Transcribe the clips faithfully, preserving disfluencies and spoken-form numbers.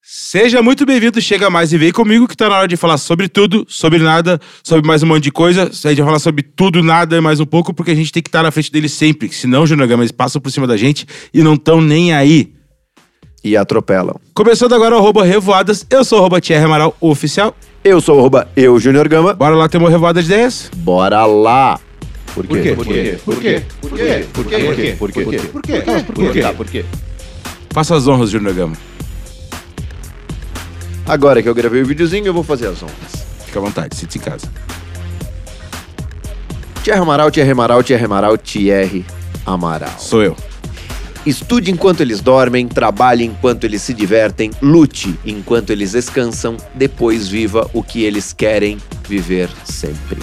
Seja muito bem-vindo, chega mais e vem comigo que tá na hora de falar sobre tudo, sobre nada, sobre mais um monte de coisa. A gente vai falar sobre tudo, nada e mais um pouco, porque a gente tem que estar na frente deles sempre, senão o Júnior Gama, eles passam por cima da gente e não estão nem aí. E atropelam. Começando agora o arroba Revoadas, eu sou o arroba Thierry Amaral oficial. Eu sou o arroba eu, Júnior Gama. Bora lá ter uma Revoada de ideias? Bora lá! Por quê? Por quê? Por quê? Por quê? Por quê? Por quê? Por quê? Por quê? Por quê? Por quê? Por quê? Faça as honras, Júnior Gama. Agora que eu gravei o videozinho, eu vou fazer as honras. Fica à vontade, sinta-se em casa. Thierry Amaral, Thierry Amaral, Thierry Amaral, Thierry Amaral. Sou eu. Estude enquanto eles dormem, trabalhe enquanto eles se divertem, lute enquanto eles descansam, depois viva o que eles querem viver sempre.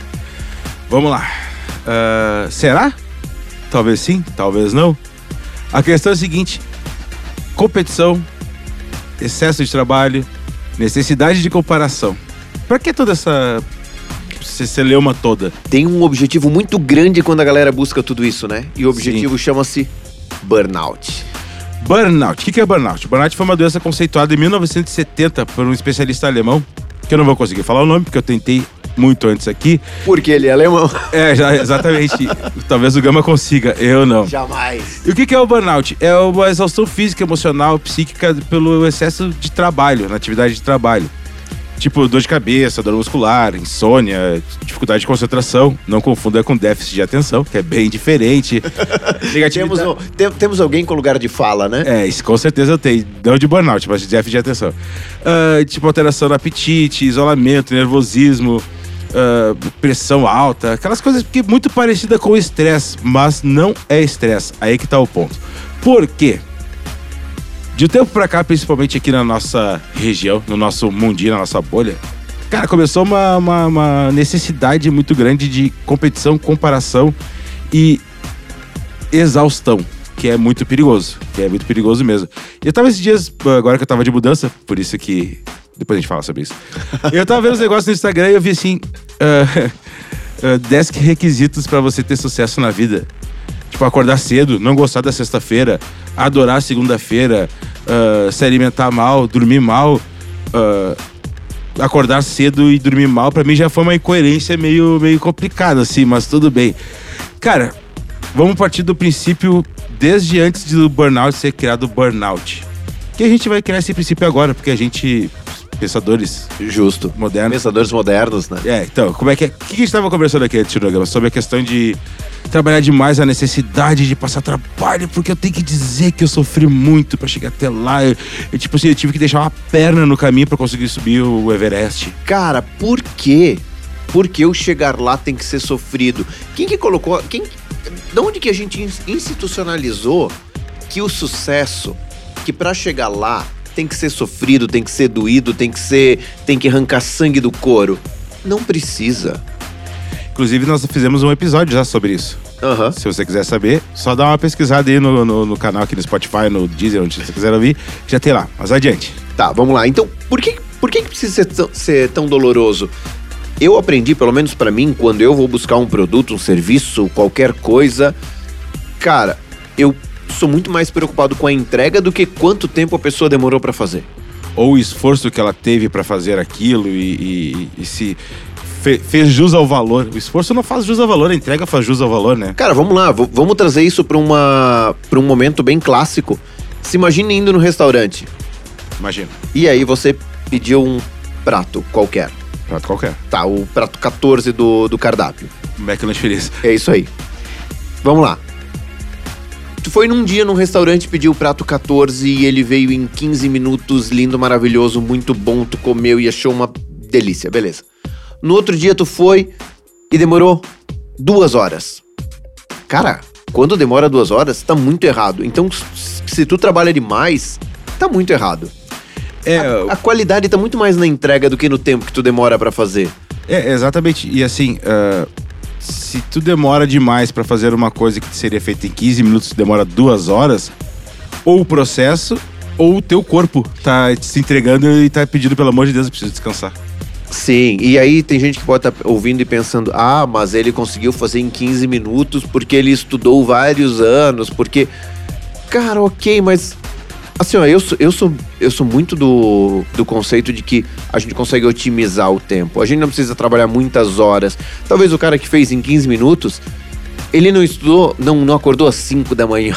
Vamos lá. Uh, será? Talvez sim, talvez não. A questão é a seguinte: competição, excesso de trabalho, necessidade de comparação. Pra que toda essa celeuma toda? Tem um objetivo muito grande quando a galera busca tudo isso, né? E o objetivo chama-se burnout. Burnout. O que é burnout? Burnout foi uma doença conceituada em mil novecentos e setenta por um especialista alemão, que eu não vou conseguir falar o nome, porque eu tentei muito antes aqui. Porque ele é alemão. É, já, exatamente. Talvez o Gama consiga, eu não. Jamais. E o que é o burnout? É uma exaustão física, emocional, psíquica pelo excesso de trabalho, na atividade de trabalho. Tipo, dor de cabeça, dor muscular, insônia, dificuldade de concentração. Não confunda com déficit de atenção, que é bem diferente. temos, um, tem, temos alguém com lugar de fala, né? É, isso com certeza eu tenho. Não de burnout, mas de déficit de atenção. Uh, tipo, alteração no apetite, isolamento, nervosismo, uh, pressão alta. Aquelas coisas que é muito parecida com o estresse, mas não é estresse. Aí que tá o ponto. Por quê? De um tempo pra cá, principalmente aqui na nossa região, no nosso mundinho, na nossa bolha, cara, começou uma, uma, uma necessidade muito grande de competição, comparação e exaustão, que é muito perigoso, que é muito perigoso mesmo. E eu tava esses dias, agora que eu tava de mudança, por isso que depois a gente fala sobre isso. Eu tava vendo os negócios no Instagram e eu vi assim, uh, uh, dez requisitos pra você ter sucesso na vida. Tipo, acordar cedo, não gostar da sexta-feira, adorar a segunda-feira, uh, se alimentar mal, dormir mal, uh, acordar cedo e dormir mal, pra mim já foi uma incoerência meio, meio complicada, assim, mas tudo bem. Cara, vamos partir do princípio, desde antes do burnout ser criado o burnout. Que a gente vai criar esse princípio agora, porque a gente... pensadores Justo. modernos. Pensadores modernos, né? É, então, como é que é? O que a gente tava conversando aqui antes do programa? Sobre a questão de trabalhar demais, a necessidade de passar trabalho, porque eu tenho que dizer que eu sofri muito pra chegar até lá. Eu, eu, tipo assim, eu tive que deixar uma perna no caminho pra conseguir subir o Everest. Cara, por quê? Por que o chegar lá tem que ser sofrido? Quem que colocou... Quem, de onde que a gente institucionalizou que o sucesso, que pra chegar lá tem que ser sofrido, tem que ser doído, tem que ser... tem que arrancar sangue do couro? Não precisa. Inclusive, nós fizemos um episódio já sobre isso. Uhum. Se você quiser saber, só dá uma pesquisada aí no, no, no canal aqui no Spotify, no Deezer, onde você quiser ouvir, já tem lá. Mas adiante. Tá, vamos lá. Então, por que, por que precisa ser tão, ser tão doloroso? Eu aprendi, pelo menos pra mim, quando eu vou buscar um produto, um serviço, qualquer coisa, cara, eu sou muito mais preocupado com a entrega do que quanto tempo a pessoa demorou pra fazer. Ou o esforço que ela teve pra fazer aquilo e, e, e se fe, fez jus ao valor. O esforço não faz jus ao valor, a entrega faz jus ao valor, né? Cara, vamos lá, v- vamos trazer isso pra, uma, pra um momento bem clássico. Se imagine indo no restaurante. Imagina. E aí você pediu um prato qualquer. Prato qualquer. Tá, o prato catorze do, do cardápio. McLanche feliz. É isso aí. Vamos lá. Tu foi num dia num restaurante, pediu o prato catorze e ele veio em quinze minutos, lindo, maravilhoso, muito bom, tu comeu e achou uma delícia, beleza. No outro dia tu foi e demorou duas horas. Cara, quando demora duas horas, tá muito errado. Então, se tu trabalha demais, tá muito errado. É, A, a qualidade tá muito mais na entrega do que no tempo que tu demora pra fazer. é exatamente. E assim, uh, se tu demora demais pra fazer uma coisa que seria feita em quinze minutos, demora duas horas, ou o processo, ou o teu corpo tá se entregando e tá pedindo, pelo amor de Deus, eu preciso descansar. Sim, e aí tem gente que pode estar ouvindo e pensando, ah, mas ele conseguiu fazer em quinze minutos porque ele estudou vários anos, porque... Cara, ok, mas Assim, ó, eu sou, eu sou, eu sou muito do, do conceito de que a gente consegue otimizar o tempo. A gente não precisa trabalhar muitas horas. Talvez o cara que fez em quinze minutos, ele não estudou, não, não acordou às cinco da manhã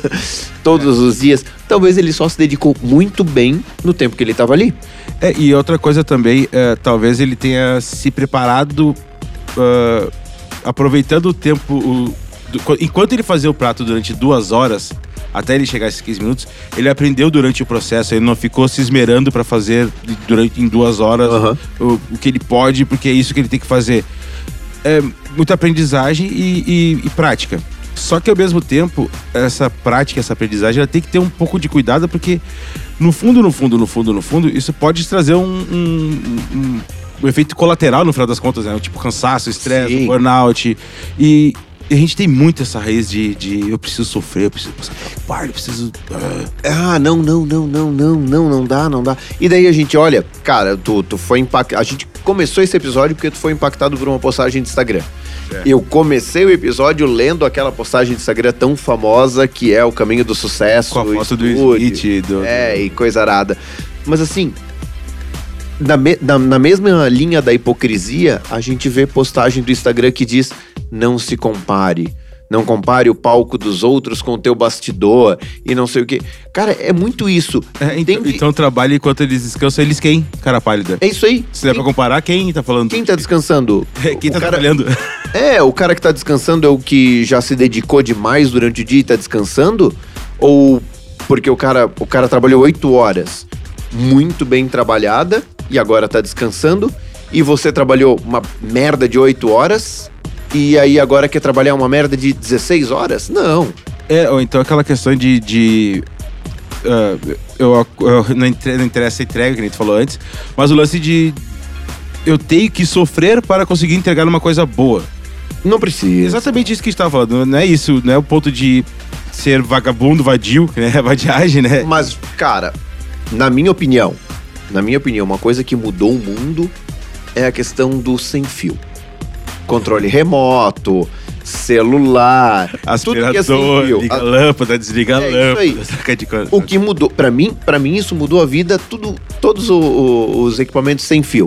todos os dias. Talvez ele só se dedicou muito bem no tempo que ele estava ali. É, e outra coisa também, é, talvez ele tenha se preparado, uh, aproveitando o tempo... O, do, enquanto ele fazia o prato durante duas horas... Até ele chegar a esses quinze minutos, ele aprendeu durante o processo, ele não ficou se esmerando para fazer durante, em duas horas uhum. o, o que ele pode, porque é isso que ele tem que fazer. É muita aprendizagem e, e, e prática. Só que ao mesmo tempo, essa prática, essa aprendizagem, ela tem que ter um pouco de cuidado, porque no fundo, no fundo, no fundo, no fundo, isso pode trazer um, um, um, um efeito colateral no final das contas, né? Tipo cansaço, estresse, burnout. E a gente tem muito essa raiz de, de eu preciso sofrer, eu preciso passar trabalho, eu preciso... Uh... Ah, não, não, não, não, não, não, não dá, não dá. E daí a gente olha, cara, tu, tu foi impactado... A gente começou esse episódio porque tu foi impactado por uma postagem de Instagram. É. Eu comecei o episódio lendo aquela postagem de Instagram tão famosa que é o caminho do sucesso. Com a foto do Smith. Do... É, e coisa arada. Mas assim... Na, me, na, na mesma linha da hipocrisia, a gente vê postagem do Instagram que diz: não se compare, não compare o palco dos outros com o teu bastidor e não sei o que. Cara, é muito isso. É, então, que... então trabalha enquanto eles descansam, eles quem? Cara pálida. É isso aí. Se der pra comparar, quem tá falando? Quem tá descansando? É, quem o tá cara... trabalhando? É, o cara que tá descansando é o que já se dedicou demais durante o dia e tá descansando? Ou porque o cara, o cara trabalhou oito horas muito bem trabalhada e agora tá descansando, e você trabalhou uma merda de oito horas e aí agora quer trabalhar uma merda de dezesseis horas? Não. É, ou então aquela questão de... de uh, eu, eu não, entre, não interessa a entrega, que nem tu falou antes, mas o lance de eu tenho que sofrer para conseguir entregar uma coisa boa. Não precisa. Exatamente isso que a gente tava falando, não é isso, não é o ponto de ser vagabundo, vadio, né, vadiagem, né? Mas, cara, na minha opinião, Na minha opinião, uma coisa que mudou o mundo é a questão do sem fio. Controle remoto, celular, aspirador, tudo que é sem fio. Liga a lâmpada, desliga é a lâmpada. O que mudou, pra mim, pra mim isso mudou a vida, tudo, todos o, o, os equipamentos sem fio.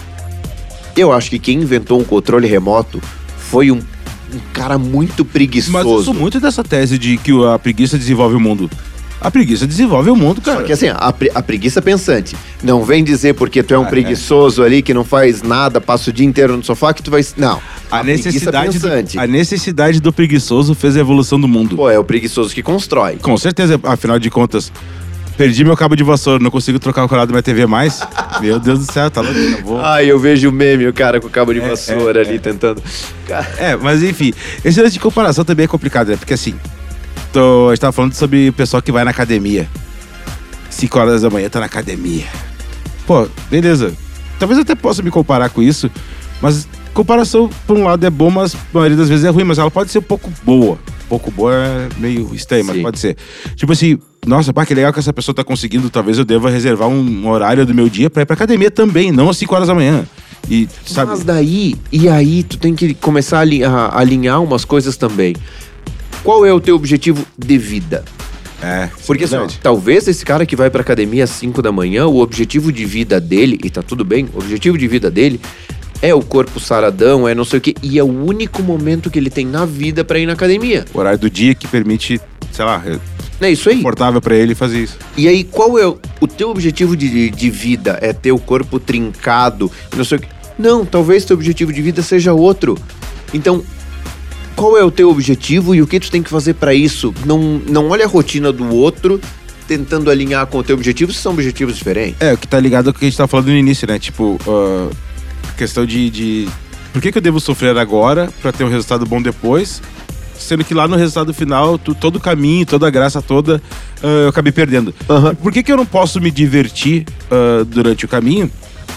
Eu acho que quem inventou um controle remoto foi um, um cara muito preguiçoso. Mas eu sou muito dessa tese de que a preguiça desenvolve o mundo. A preguiça desenvolve o mundo, cara. Só que assim, a, pre- a preguiça pensante. Não vem dizer porque tu é um ah, preguiçoso é. ali que não faz nada, passa o dia inteiro no sofá que tu vai... Não. A, a necessidade, do, a necessidade do preguiçoso fez a evolução do mundo. Pô, é o preguiçoso que constrói. Com certeza, afinal de contas, perdi meu cabo de vassoura, não consigo trocar o canal da minha T V mais. Meu Deus do céu, tá louco, não vou. Ai, eu vejo o meme, o cara com o cabo de é, vassoura é, ali é. tentando... É, mas enfim, esse lance de comparação também é complicado, né? Porque assim... Tô, a gente tava falando sobre o pessoal que vai na academia. cinco horas da manhã tá na academia. Pô, beleza. Talvez eu até possa me comparar com isso, mas comparação, por um lado, é bom, mas a maioria das vezes é ruim, mas ela pode ser um pouco boa. Um pouco boa é meio estranho, mas pode ser. Tipo assim, nossa, pá, que legal que essa pessoa tá conseguindo, talvez eu deva reservar um horário do meu dia pra ir pra academia também, não às cinco horas da manhã. E, sabe? Mas daí, e aí tu tem que começar a, a alinhar umas coisas também. Qual é o teu objetivo de vida? É, porque assim, ó, talvez esse cara que vai pra academia às cinco da manhã, o objetivo de vida dele, e tá tudo bem, o objetivo de vida dele é o corpo saradão, é não sei o quê, e é o único momento que ele tem na vida pra ir na academia. O horário do dia que permite, sei lá, é isso aí. Confortável pra ele fazer isso. E aí, qual é o, o teu objetivo de, de vida? É ter o corpo trincado, não sei o quê. Não, talvez teu objetivo de vida seja outro. Então, qual é o teu objetivo e o que tu tem que fazer pra isso? Não, não olha a rotina do outro tentando alinhar com o teu objetivo, se são objetivos diferentes. É, o que tá ligado ao que a gente tava falando no início, né? Tipo, uh, questão de, de... Por que que eu devo sofrer agora pra ter um resultado bom depois? Sendo que lá no resultado final, tu, todo o caminho, toda a graça toda, uh, eu acabei perdendo. Uhum. Por que que eu não posso me divertir uh, durante o caminho?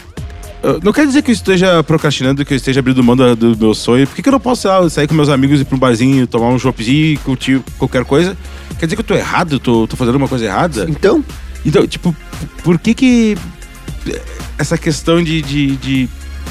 Não quer dizer que eu esteja procrastinando, que eu esteja abrindo mão do, do meu sonho. Por que que eu não posso lá, sair com meus amigos, ir pra um barzinho, tomar um choppzinho, curtir qualquer coisa? Quer dizer que eu tô errado? Tô, tô fazendo uma coisa errada? Então? Então, tipo, por que que essa questão de, de, de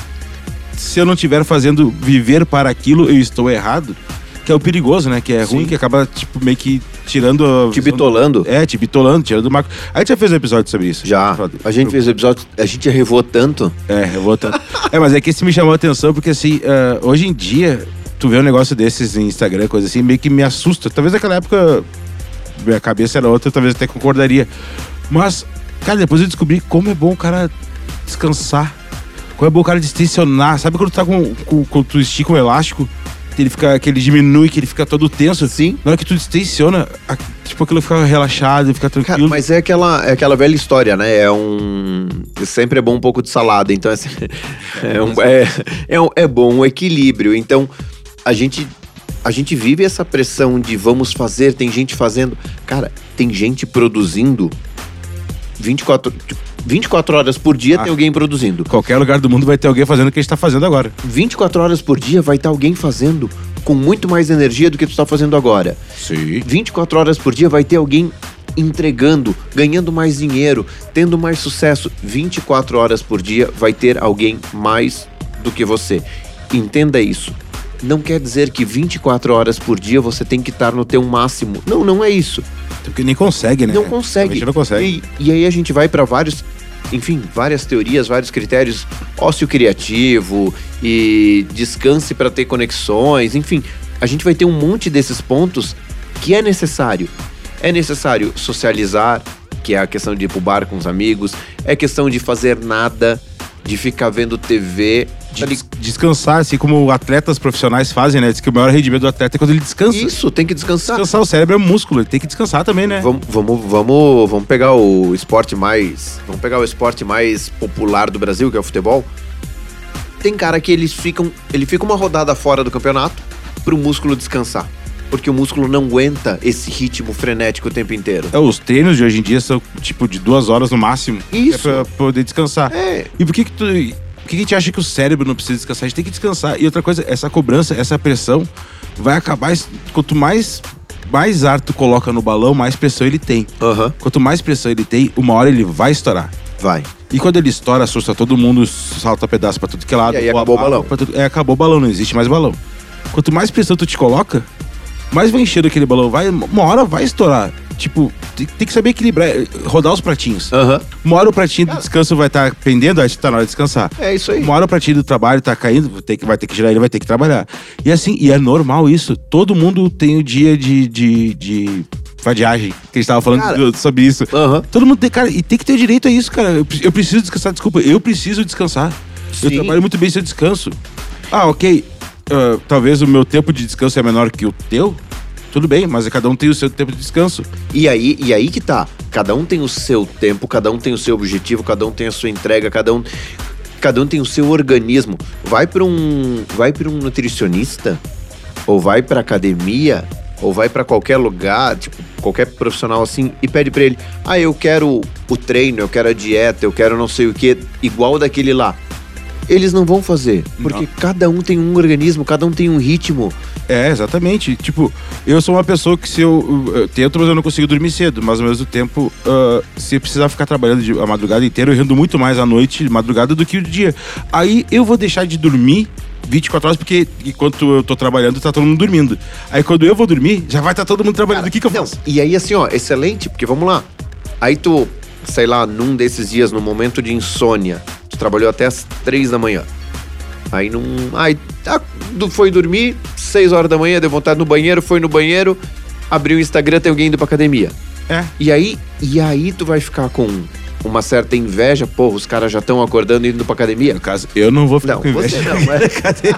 se eu não estiver fazendo viver para aquilo, eu estou errado? Que é o perigoso, né? Que é Sim. ruim, que acaba, tipo, meio que tirando... a Te visão- bitolando? É, te bitolando, tirando o Marco. A gente já fez um episódio sobre isso. Já. A gente fez o episódio, a gente errou tanto. É, eu vou... T... é, mas é que esse me chamou a atenção, porque assim, ah, hoje em dia, tu vê um negócio desses em Instagram, coisa assim, meio que me assusta. Talvez naquela época, minha cabeça era outra, talvez até concordaria. Mas, cara, depois eu descobri como é bom o cara descansar. Como é bom o cara distensionar. Sabe quando tu tá com, com, quando tu estica um elástico, que ele fica, que ele diminui, que ele fica todo tenso? Sim. Na hora que tu distensiona, a- tipo, aquilo fica relaxado, fica tranquilo. Cara, mas é aquela, é aquela velha história, né? É um... Sempre é bom um pouco de salada, então assim, é, um, é, é, um- é bom um equilíbrio. Então, a gente, a gente vive essa pressão de vamos fazer, tem gente fazendo. Cara, tem gente produzindo vinte e quatro, vinte e quatro horas por dia, Ah. tem alguém produzindo. Qualquer lugar do mundo vai ter alguém fazendo o que a gente tá fazendo agora. vinte e quatro horas por dia vai estar alguém fazendo com muito mais energia do que tu está fazendo agora. Sim. vinte e quatro horas por dia vai ter alguém entregando, ganhando mais dinheiro, tendo mais sucesso. vinte e quatro horas por dia vai ter alguém mais do que você. Entenda isso. Não quer dizer que vinte e quatro horas por dia você tem que estar no teu máximo. Não, não é isso. Porque nem consegue, né? Não consegue. A gente não consegue. E, e aí a gente vai para vários, enfim, várias teorias, vários critérios, ócio criativo e descanse para ter conexões, enfim, a gente vai ter um monte desses pontos que é necessário. É necessário socializar, que é a questão de ir pro bar com os amigos, é questão de fazer nada, de ficar vendo T V, De des- descansar, assim como atletas profissionais fazem, né? Diz que o maior rendimento do atleta é quando ele descansa. Isso, tem que descansar. Descansar, o cérebro é um músculo, ele tem que descansar também, né? Vamos, vamos, vamos, vamos pegar o esporte mais. Vamos pegar o esporte mais popular do Brasil, que é o futebol. Tem cara que eles ficam. Ele fica uma rodada fora do campeonato pro músculo descansar. Porque o músculo não aguenta esse ritmo frenético o tempo inteiro. É, os treinos de hoje em dia são tipo de duas horas no máximo. Isso. É pra poder descansar. É. E por que que tu. Por que que a gente acha que o cérebro não precisa descansar? A gente tem que descansar. E outra coisa, essa cobrança, essa pressão vai acabar. Quanto mais, mais ar tu coloca no balão, mais pressão ele tem. Aham. Quanto mais pressão ele tem, uma hora ele vai estourar. Vai. E quando ele estoura, assusta todo mundo, salta pedaço pra tudo que é lado. E aí voa acabou o bala balão. pra tudo- É, acabou o balão, não existe mais balão. Quanto mais pressão tu te coloca, mais vai enchendo aquele balão. Vai, uma hora vai estourar. Tipo, tem, tem que saber equilibrar, eh, rodar os pratinhos. Aham. Uma hora o pratinho do descanso vai estar pendendo, aí tá na hora de descansar. É isso aí. Uma hora o pratinho do trabalho tá caindo, vai ter que, vai ter que girar, ele vai ter que trabalhar. E assim, e é normal isso. Todo mundo tem o dia de, de, de vadiagem, que a gente tava falando Cara. do- sobre isso. Aham. Todo mundo tem, cara, e tem que ter direito a isso, cara. Eu, pre- eu preciso descansar, desculpa, eu preciso descansar. Eu Sim. trabalho muito bem se eu descanso. Ah, ok. ah, talvez o meu tempo de descanso é menor que o teu. Tudo bem, mas cada um tem o seu tempo de descanso. E aí, e aí que tá. Cada um tem o seu tempo, cada um tem o seu objetivo, cada um tem a sua entrega, cada um, cada um tem o seu organismo. Vai para um, vai para um nutricionista, ou vai para academia, ou vai para qualquer lugar, tipo qualquer profissional assim, e pede para ele: ah, eu quero o treino, eu quero a dieta, eu quero não sei o que, igual daquele lá. Eles não vão fazer, porque Não. cada um tem um organismo, cada um tem um ritmo. É, exatamente. Tipo, eu sou uma pessoa que se eu, eu tento, mas eu não consigo dormir cedo. Mas ao mesmo tempo, ah, se eu precisar ficar trabalhando de- a madrugada inteira, eu rendo muito mais à noite, de madrugada, do que o dia. Aí eu vou deixar de dormir vinte e quatro horas, porque enquanto eu tô trabalhando, tá todo mundo dormindo. Aí quando eu vou dormir, já vai estar todo mundo trabalhando. O que que eu Não, faço? e aí assim, ó, excelente, porque vamos lá. Aí tu, sei lá, num desses dias, no momento de insônia, tu trabalhou até as três da manhã. Aí não. Aí tá, du- foi dormir, seis horas da manhã, deu vontade no banheiro, foi no banheiro, abriu o Instagram, tem alguém indo pra academia. É. E aí, e aí tu vai ficar com uma certa inveja, pô, os caras já estão acordando e indo pra academia. No caso, eu não vou ficar Não, com inveja. você não, mas...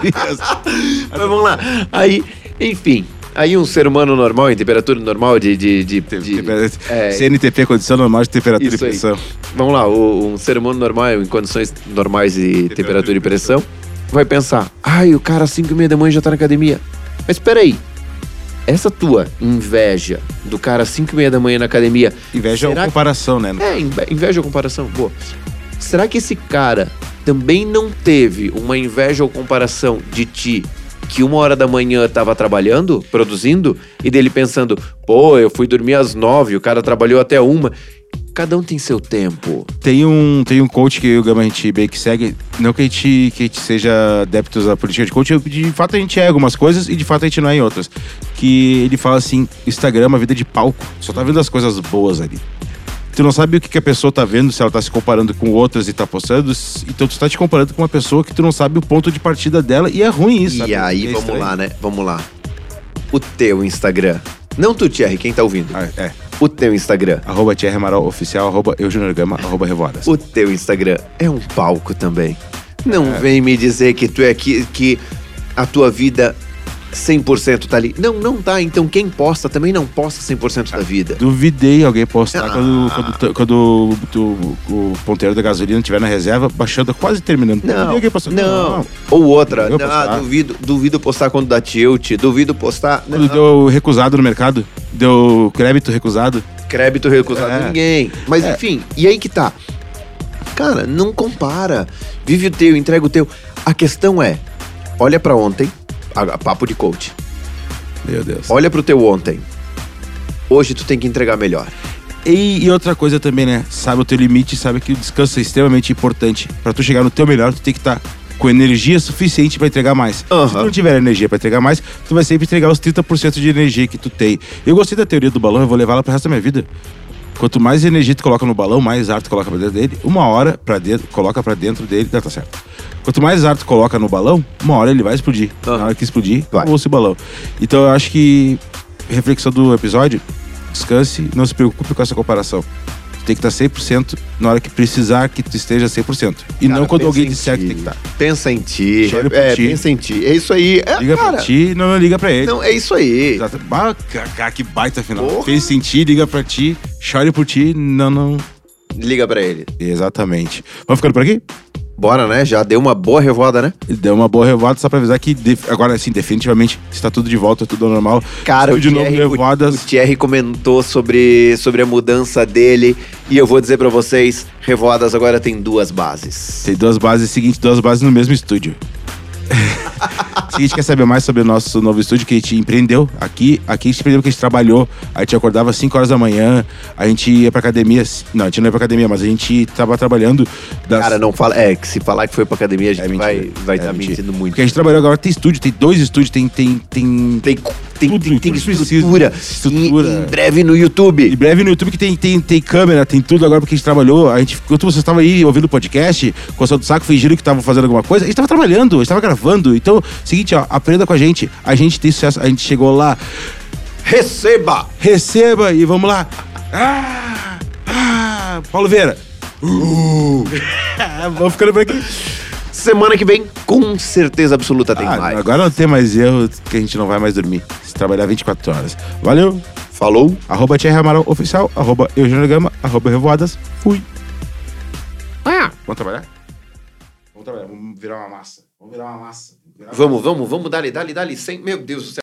Mas vamos lá. Aí, enfim, aí um ser humano normal, em temperatura normal de... de, de, de é, C N T P, condição normal de temperatura e Isso aí. pressão. Vamos lá, o- um ser humano normal, em condições normais de temperatura e pressão, vai pensar: ai, o cara às cinco e meia da manhã já tá na academia. Mas peraí, essa tua inveja do cara às cinco e meia da manhã na academia... Inveja será é que- comparação, né? É, inve- inveja ou comparação, boa. Será que esse cara também não teve uma inveja ou comparação de ti, que uma hora da manhã tava trabalhando, produzindo, e dele pensando: pô, eu fui dormir às nove, o cara trabalhou até uma. Cada um tem seu tempo. Tem um, tem um coach que eu e o Gama a gente bem que segue, não que a gente, que a gente seja adeptos à política de coach, de fato a gente é algumas coisas e de fato a gente não é em outras. Que ele fala assim, Instagram é uma vida de palco, só tá vendo as coisas boas ali. Tu não sabe o que, que a pessoa tá vendo, se ela tá se comparando com outras e tá postando, então tu tá te comparando com uma pessoa que tu não sabe o ponto de partida dela e é ruim isso, E sabe? aí, É vamos estranho. lá, né? Vamos lá. O teu Instagram. Não tu, Thierry, quem tá ouvindo. Ah, é, O teu Instagram. arroba Thierry Amaral Oficial, arroba eu Júnior Gama, arroba Revoadas. O teu Instagram é um palco também. Não É. vem me dizer que tu é que, que a tua vida cem por cento tá ali. Não, não tá. Então quem posta também não posta cem por cento da vida. Duvidei alguém postar Ah. quando, quando, quando tu- o ponteiro da gasolina estiver na reserva, baixando, quase terminando. Não, Duvidei alguém postar. não. Ou outra. Eu Não, postar. duvido, duvido postar quando dá tilt. Duvido postar. Quando Não. deu recusado no mercado, deu crédito recusado. Crédito recusado É. ninguém. Mas É. enfim, e aí que tá. Cara, não compara. Vive o teu, entrega o teu. A questão é, olha pra ontem, a, a papo de coach. Meu Deus. Olha pro teu ontem. Hoje tu tem que entregar melhor. E, e outra coisa também, né? Sabe o teu limite, sabe que o descanso é extremamente importante. Pra tu chegar no teu melhor, tu tem que estar com energia suficiente pra entregar mais. Aham. Se tu não tiver energia pra entregar mais, tu vai sempre entregar os trinta por cento de energia que tu tem. Eu gostei da teoria do balão, eu vou levar ela pro resto da minha vida. Quanto mais energia tu coloca no balão, mais ar tu coloca pra dentro dele. Uma hora pra dentro, coloca pra dentro dele, tá, tá certo. Quanto mais ar tu coloca no balão, uma hora ele vai explodir. Aham. Na hora que explodir, Vai. acabou esse balão. Então eu acho que, reflexão do episódio, descanse, não se preocupe com essa comparação. Tu tem que estar cem por cento na hora que precisar que tu esteja cem por cento. E Cara, não quando pensa alguém em disser ti. que tem que estar. Pensa em ti. Chore por É, ti. pensa em ti. É isso aí. É, Liga cara, pra ti, não, não liga pra ele. Não, é isso aí. Exato. Bah, cara, que baita final. Porra. Fez sentir, liga pra ti, chore por ti, não, não. Liga pra ele. Exatamente. Vamos ficando por aqui? Bora, né? Já deu uma boa revoada, né? Deu uma boa revoada, só pra avisar que def- agora, assim, definitivamente está tudo de volta, tudo ao normal. Cara, Estou o de novo Thierry, o, revoadas. o Thierry comentou sobre, sobre a mudança dele e eu vou dizer pra vocês, Revoadas agora tem duas bases. Tem duas bases, seguinte, duas bases no mesmo estúdio. Se a gente quer saber mais sobre o nosso novo estúdio que a gente empreendeu aqui, aqui a gente empreendeu porque a gente trabalhou, a gente acordava às cinco horas da manhã, a gente ia pra academia, não, a gente não ia pra academia, mas a gente tava trabalhando das... Cara, não fala. É, que se falar que foi pra academia, a gente mentira. vai vai É tá mentira. mentindo muito. Porque a gente trabalhou agora, tem estúdio, tem dois estúdios, tem... tem, tem... Tem, tem, Tudo, tem, tem tudo estrutura. precisa. Estrutura. Em, em breve no Em YouTube. breve no YouTube que tem, tem, tem câmera, tem tudo agora porque a gente trabalhou. A gente, enquanto vocês estavam aí ouvindo o podcast, coçando o saco, fingindo que estavam fazendo alguma coisa, a gente tava trabalhando, a gente tava gravando. Então, seguinte, ó, aprenda com a gente. A gente tem sucesso, a gente chegou lá. Receba! Receba e vamos lá. Ah, ah, Paulo Vieira. Uh. Vamos ficando por aqui. Semana que vem, com certeza absoluta, tem Ah, mais. agora não tem mais erro que a gente não vai mais dormir. Se trabalhar vinte e quatro horas. Valeu. Falou? Arroba Thierry Amaral Oficial, arroba eu, Júnior Gama, arroba Revoadas. Fui. Ah. Vamos trabalhar? Vamos trabalhar, vamos virar uma massa. Vamos virar uma massa. Virar uma Vamos, vamos, vamos, dali, dali, dali. Sem... Meu Deus do céu.